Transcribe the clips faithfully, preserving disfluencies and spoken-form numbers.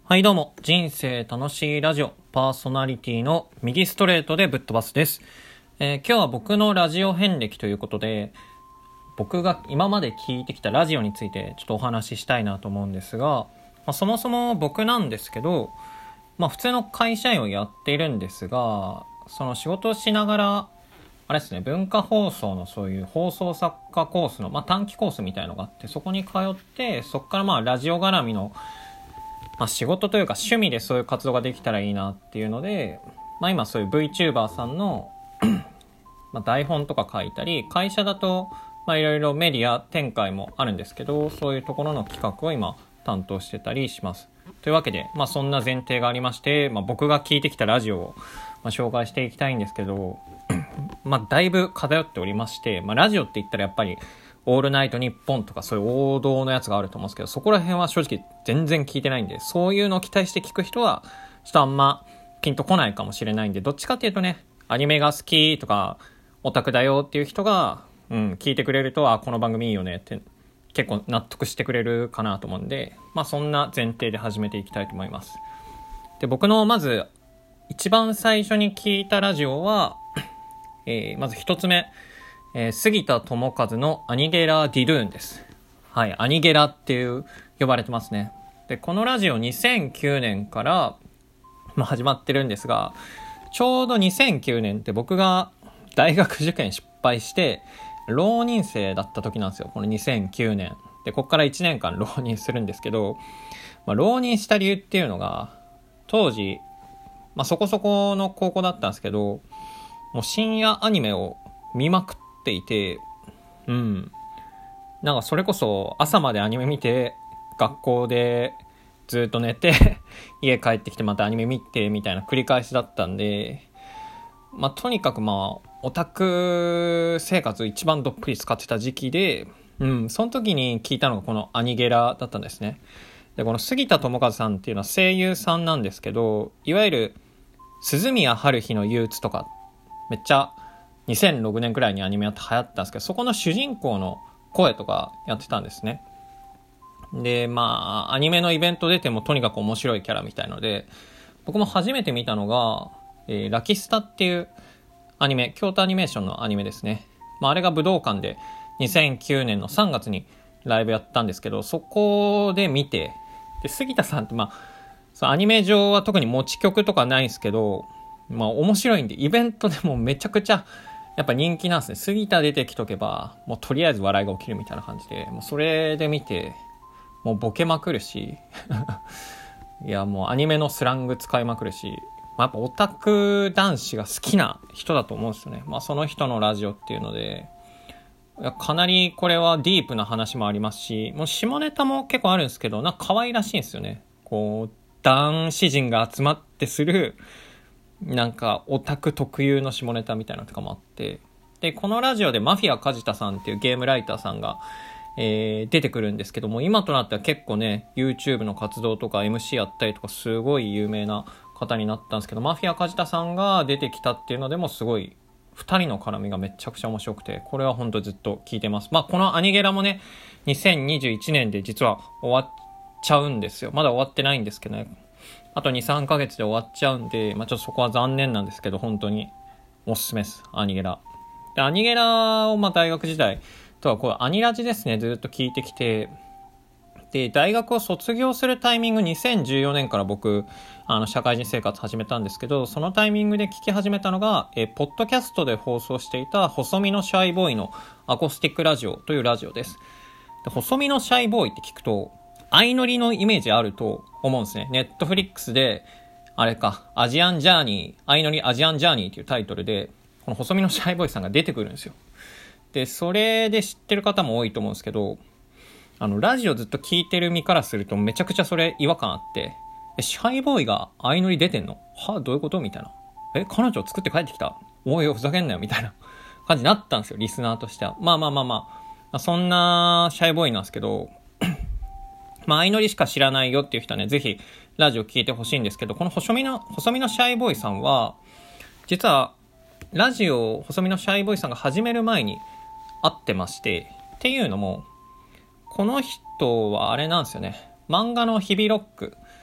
はいどうも、人生楽しいラジオパーソナリティの右ストレートでぶっ飛ばすです。えー、今日は僕のラジオ遍歴ということで、僕が今まで聞いてきたラジオについてちょっとお話ししたいなと思うんですが、まあ、そもそも僕なんですけど、まあ普通の会社員をやっているんですが、その仕事をしながら、あれですね、文化放送のそういう放送作家コースの、まあ短期コースみたいのがあって、そこに通って、そこからまあラジオ絡みのまあ、仕事というか趣味でそういう活動ができたらいいなっていうので、まあ、今そういう VTuber さんのまあ台本とか書いたり、会社だとまあいろいろメディア展開もあるんですけど、そういうところの企画を今担当してたりします。というわけで、まあ、そんな前提がありまして、まあ、僕が聞いてきたラジオをまあ紹介していきたいんですけどまあだいぶ偏っておりまして、まあ、ラジオって言ったらやっぱりオールナイトニッポンとかそういう王道のやつがあると思うんですけど、そこら辺は正直全然聞いてないんで、そういうのを期待して聞く人はちょっとあんまピンとこないかもしれないんで、どっちかっていうとね、アニメが好きとかオタクだよっていう人が、うん、聞いてくれると、あ、この番組いいよねって結構納得してくれるかなと思うんで、まあそんな前提で始めていきたいと思います。で、僕のまず一番最初に聞いたラジオは、えー、まず一つ目、えー、杉田智和のアニゲラディルーンです。はい、アニゲラっていう呼ばれてますね。で、このラジオにせんきゅうねんから、まあ、始まってるんですが、ちょうどにせんきゅうねんって僕が大学受験失敗して浪人生だった時なんですよ。このにせんきゅうねんで、ここからいちねんかん浪人するんですけど、まあ、浪人した理由っていうのが、当時、まあ、そこそこの高校だったんですけど、もう深夜アニメを見まくっていて、うん。なんかそれこそ朝までアニメ見て、学校でずっと寝て、家帰ってきてまたアニメ見てみたいな繰り返しだったんで、まあとにかくまあ、オタク生活を一番どっぷり使ってた時期で、うん、その時に聞いたのがこのアニゲラだったんですね。で、この杉田智和さんっていうのは声優さんなんですけど、いわゆる鈴宮春日の憂鬱とか、めっちゃにせんろくねんくらいにアニメやって流行ったんですけど、そこの主人公の声とかやってたんですね。で、まあ、アニメのイベント出てもとにかく面白いキャラみたいので、僕も初めて見たのが、えー、ラキスタっていうアニメ、京都アニメーションのアニメですね。まあ、あれが武道館でにせんきゅうねんのさんがつにライブやったんですけど、そこで見て、で、杉田さんってまあ、そのアニメ上は特に持ち曲とかないんですけど、まあ面白いんで、イベントでもめちゃくちゃやっぱ人気なんですね。杉田出てきとけば、もうとりあえず笑いが起きるみたいな感じで、もうそれで見て、もうボケまくるし、いやもうアニメのスラング使いまくるし、まあ、やっぱオタク男子が好きな人だと思うんですよね。まあその人のラジオっていうので、いやかなりこれはディープな話もありますし、もう下ネタも結構あるんですけど、なんか可愛らしいんですよね。こう、男子陣が集まってする、なんかオタク特有の下ネタみたいなのとかもあって、でこのラジオでマフィア梶田さんっていうゲームライターさんが、えー、出てくるんですけども、今となっては結構ね YouTube の活動とか エムシー やったりとかすごい有名な方になったんですけど、マフィア梶田さんが出てきたっていうのでもすごいふたりの絡みがめちゃくちゃ面白くて、これは本当ずっと聞いてます。まあこのアニゲラもねにせんにじゅういちねんで実は終わっちゃうんですよ。まだ終わってないんですけどね、あと にさんかげつで終わっちゃうんで、まあ、ちょっとそこは残念なんですけど、本当におすすめです。アニゲラ。で、アニゲラをまあ大学時代とはこうアニラジですね、ずっと聞いてきて、で、大学を卒業するタイミングにせんじゅうよねんから僕、あの、社会人生活始めたんですけど、そのタイミングで聞き始めたのが、え、ポッドキャストで放送していた細身のシャイボーイのアコースティックラジオというラジオです。で、細身のシャイボーイって聞くと、相乗りのイメージあると思うんですね。ネットフリックスで、あれか、アジアンジャーニー、相乗りアジアンジャーニーっていうタイトルで、この細身のシャイボーイさんが出てくるんですよ。で、それで知ってる方も多いと思うんですけど、あの、ラジオずっと聞いてる身からするとめちゃくちゃそれ違和感あって、え、シャイボーイが相乗り出てんの？はぁ、どういうことみたいな。え、彼女を作って帰ってきた？おいよ、ふざけんなよみたいな感じになったんですよ、リスナーとしては。まあまあまあまあ、そんなシャイボーイなんですけど、まあ、相乗りしか知らないよっていう人はね、ぜひラジオ聞いてほしいんですけど、この細身の、細身のシャイボーイさんは、実は、ラジオ、細身のシャイボーイさんが始める前に会ってまして、っていうのも、この人はあれなんですよね、漫画の日々ロック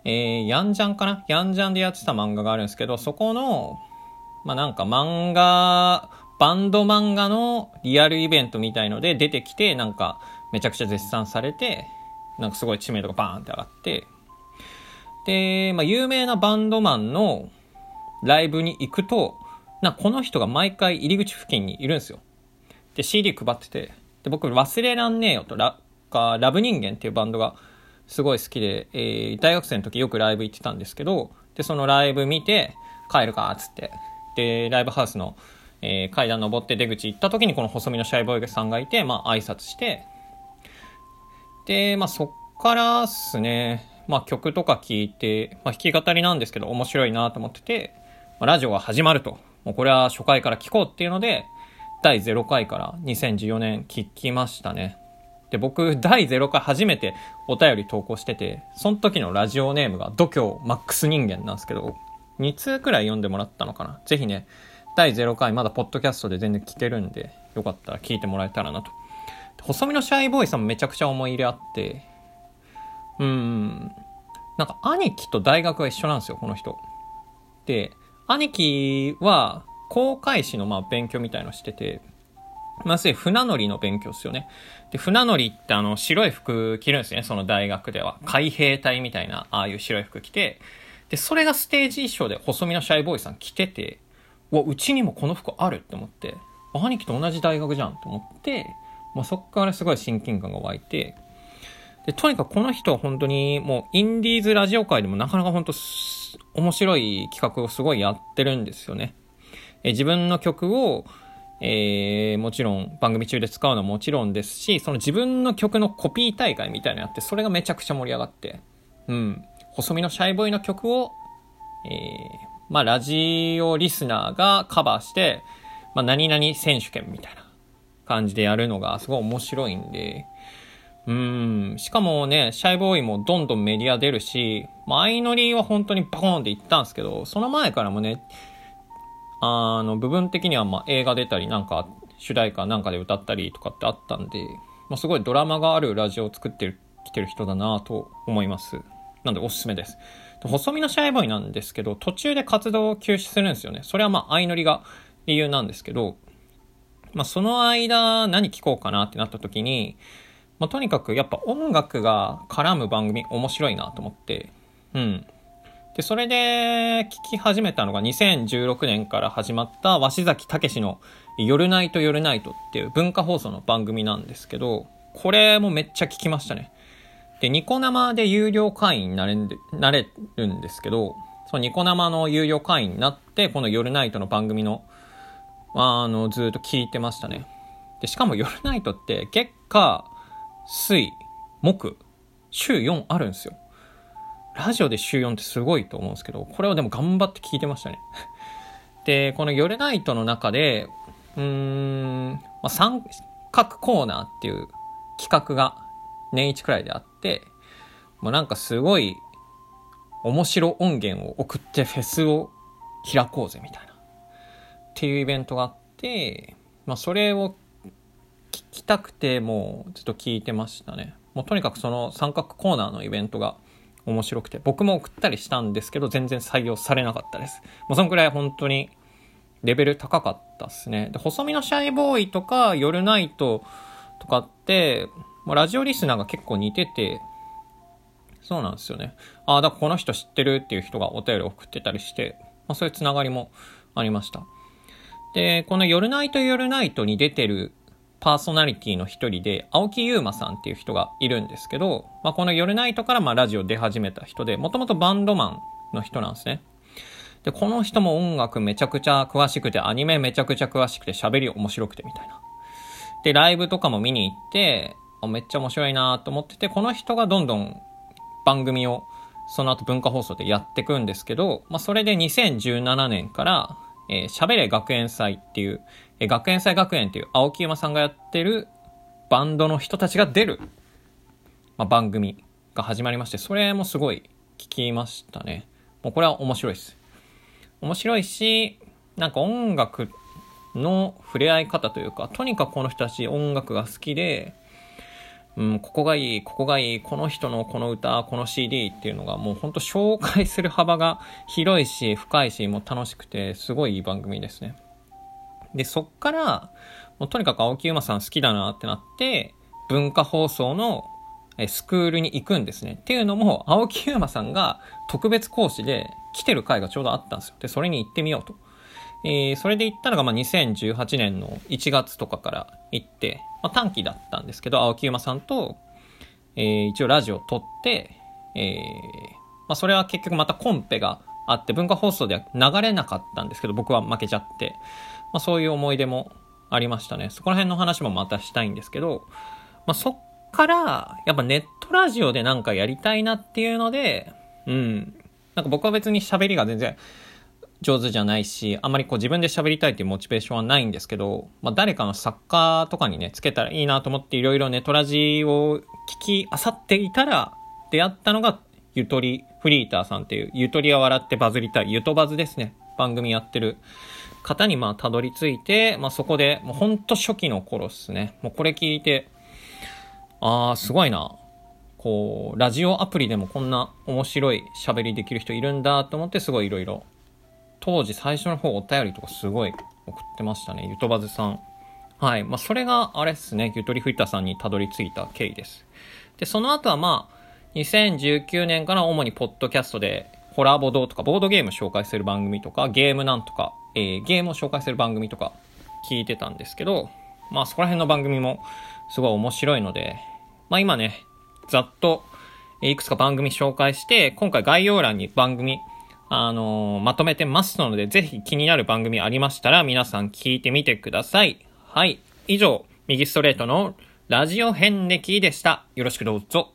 えー、ヤンジャンかなヤンジャンでやってた漫画があるんですけど、そこの、まあ、なんか漫画、バンド漫画のリアルイベントみたいので出てきて、なんかめちゃくちゃ絶賛されて、なんかすごい知名度がバーンって上がって、で、まあ、有名なバンドマンのライブに行くと、なんかこの人が毎回入り口付近にいるんですよ。で、シーディー 配ってて、で、僕忘れらんねえよと、ラ、かラブ人間っていうバンドがすごい好きで、えー、大学生の時よくライブ行ってたんですけど、で、そのライブ見て、帰るかっつって、で、ライブハウスの、えー、階段登って出口行った時にこの細身のシャイボーイさんがいて、まあ挨拶して、で、まあそっからっすね、まあ曲とか聴いて、まあ弾き語りなんですけど面白いなと思ってて、まあ、ラジオが始まると、もうこれは初回から聴こうっていうので、だいゼロかいからにせんじゅうよねん聴きましたね。で、僕、だいゼロかい初めてお便り投稿してて、その時のラジオネームが度胸マックス人間なんですけど、に通くらい読んでもらったのかな。ぜひね、だいゼロかいまだポッドキャストで全然聞けるんで、よかったら聞いてもらえたらなと。細身のシャイボーイさんもめちゃくちゃ思い入れあって、うーん、なんか兄貴と大学が一緒なんですよ、この人。で、兄貴は航海士のまあ勉強みたいのしてて、まあ、そういう船乗りの勉強ですよね。で、船乗りってあの、白い服着るんですね、その大学では。海兵隊みたいな、ああいう白い服着て、で、それがステージ衣装で細身のシャイボーイさん着てて、うわ、うちにもこの服あるって思って、兄貴と同じ大学じゃんと思って、まあ、そっからすごい親近感が湧いて、で、とにかくこの人は本当にもうインディーズラジオ界でもなかなか本当面白い企画をすごいやってるんですよね。え、自分の曲を、えー、もちろん番組中で使うのはもちろんですし、その自分の曲のコピー大会みたいなのやって、それがめちゃくちゃ盛り上がって、うん、細身のシャイボーイの曲を、えー、まあラジオリスナーがカバーして、まあ何々選手権みたいな感じでやるのがすごい面白いんで、うん、しかもね、シャイボーイもどんどんメディア出るし、まあ相乗りは本当にバコーンって言ったんですけど、その前からもね、あの部分的にはまあ映画出たりなんか主題歌なんかで歌ったりとかってあったんで、まあ、すごいドラマがあるラジオを作ってるきてる人だなと思います。なんでおすすめです。で、細身のシャイボーイなんですけど、途中で活動を休止するんですよね。それはまあ相乗りが理由なんですけど、まあその間何聴こうかなってなった時に、まあとにかくやっぱ音楽が絡む番組面白いなと思って、うん。で、それで聞き始めたのがにせんじゅうろくねんから始まった鷲崎武の夜ナイト夜ナイトっていう文化放送の番組なんですけど、これもめっちゃ聞きましたね。で、ニコ生で有料会員になれんで、なれるんですけど、そのニコ生の有料会員になって、この夜ナイトの番組の、あの、ずっと聞いてましたね。で、しかも夜ナイトって月火水木週よんあるんですよ。ラジオで週よんってすごいと思うんですけど、これはでも頑張って聞いてましたね。で、この夜ナイトの中で、うーん、まあ、三角コーナーっていう企画が年一くらいであって、まあ、なんかすごい面白音源を送ってフェスを開こうぜみたいな。っていうイベントがあって、まあ、それを聞きたくてもうずっと聞いてましたね。もうとにかくその三角コーナーのイベントが面白くて、僕も送ったりしたんですけど全然採用されなかったです。もうそのくらい本当にレベル高かったですね。で、細身のシャイボーイとか夜ナイトとかってもうラジオリスナーが結構似てて、そうなんですよね。ああ、だからこの人知ってるっていう人がお便り送ってたりして、まあ、そういうつながりもありました。で、この夜ナイト夜ナイトに出てるパーソナリティの一人で青木優馬さんっていう人がいるんですけど、まあ、この夜ナイトからまあラジオ出始めた人で、もともとバンドマンの人なんですね。で、この人も音楽めちゃくちゃ詳しくて、アニメめちゃくちゃ詳しくて、喋り面白くてみたいな。で、ライブとかも見に行って、あ、めっちゃ面白いなと思ってて、この人がどんどん番組をその後文化放送でやっていくんですけど、まあ、それでにせんじゅうななねんから、えー、喋れ学園祭っていう、えー、学園祭学園っていう青木山さんがやってるバンドの人たちが出る、まあ、番組が始まりまして、それもすごい聞きましたね。もうこれは面白いです。面白いし、なんか音楽の触れ合い方というか、とにかくこの人たち音楽が好きで、 うん、ここがいい、ここがいい、この人のこの歌、この シーディー っていうのがもうほんと紹介する幅が広いし、深いし、もう楽しくて、すごいいい番組ですね。で、そっから、もうとにかく青木うまさん好きだなってなって、文化放送のスクールに行くんですね。っていうのも、青木うまさんが特別講師で来てる回がちょうどあったんですよ。で、それに行ってみようと。えー、それで行ったのが、まあ、にせんじゅうはちねんのいちがつとかから行って、まあ、短期だったんですけど、青木うまさんと、えー、一応ラジオを撮って、えー、まあ、それは結局またコンペがあって、文化放送では流れなかったんですけど、僕は負けちゃって、まあ、そういう思い出もありましたね。そこら辺の話もまたしたいんですけど、まあ、そっから、やっぱネットラジオでなんかやりたいなっていうので、うん。なんか僕は別に喋りが全然上手じゃないし、あんまりこう自分で喋りたいっていうモチベーションはないんですけど、まあ誰かの作家とかにね、つけたらいいなと思っていろいろネトラジを聞き漁っていたら、出会ったのがゆとりフリーターさんっていう、ゆとりは笑ってバズりたい、ゆとバズですね。番組やってる方にまあたどり着いて、まあそこでもうほんと初期の頃っすね。もうこれ聞いて、あーすごいな。こう、ラジオアプリでもこんな面白い喋りできる人いるんだと思って、すごいいろいろ当時最初の方お便りとかすごい送ってましたね。ゆとばずさん。はい。まあ、それがあれっすね。ゆとりふいたさんにたどり着いた経緯です。で、その後はまあ、にせんじゅうきゅうねんから主にポッドキャストで、ホラボドとかボードゲーム紹介する番組とか、ゲームなんとか、えー、ゲームを紹介する番組とか聞いてたんですけど、まあそこら辺の番組もすごい面白いので、まあ今ね、ざっといくつか番組紹介して、今回概要欄に番組、あのー、まとめてますので、ぜひ気になる番組ありましたら皆さん聞いてみてください。はい。以上、右ストレートのラジオ遍歴でした。よろしくどうぞ。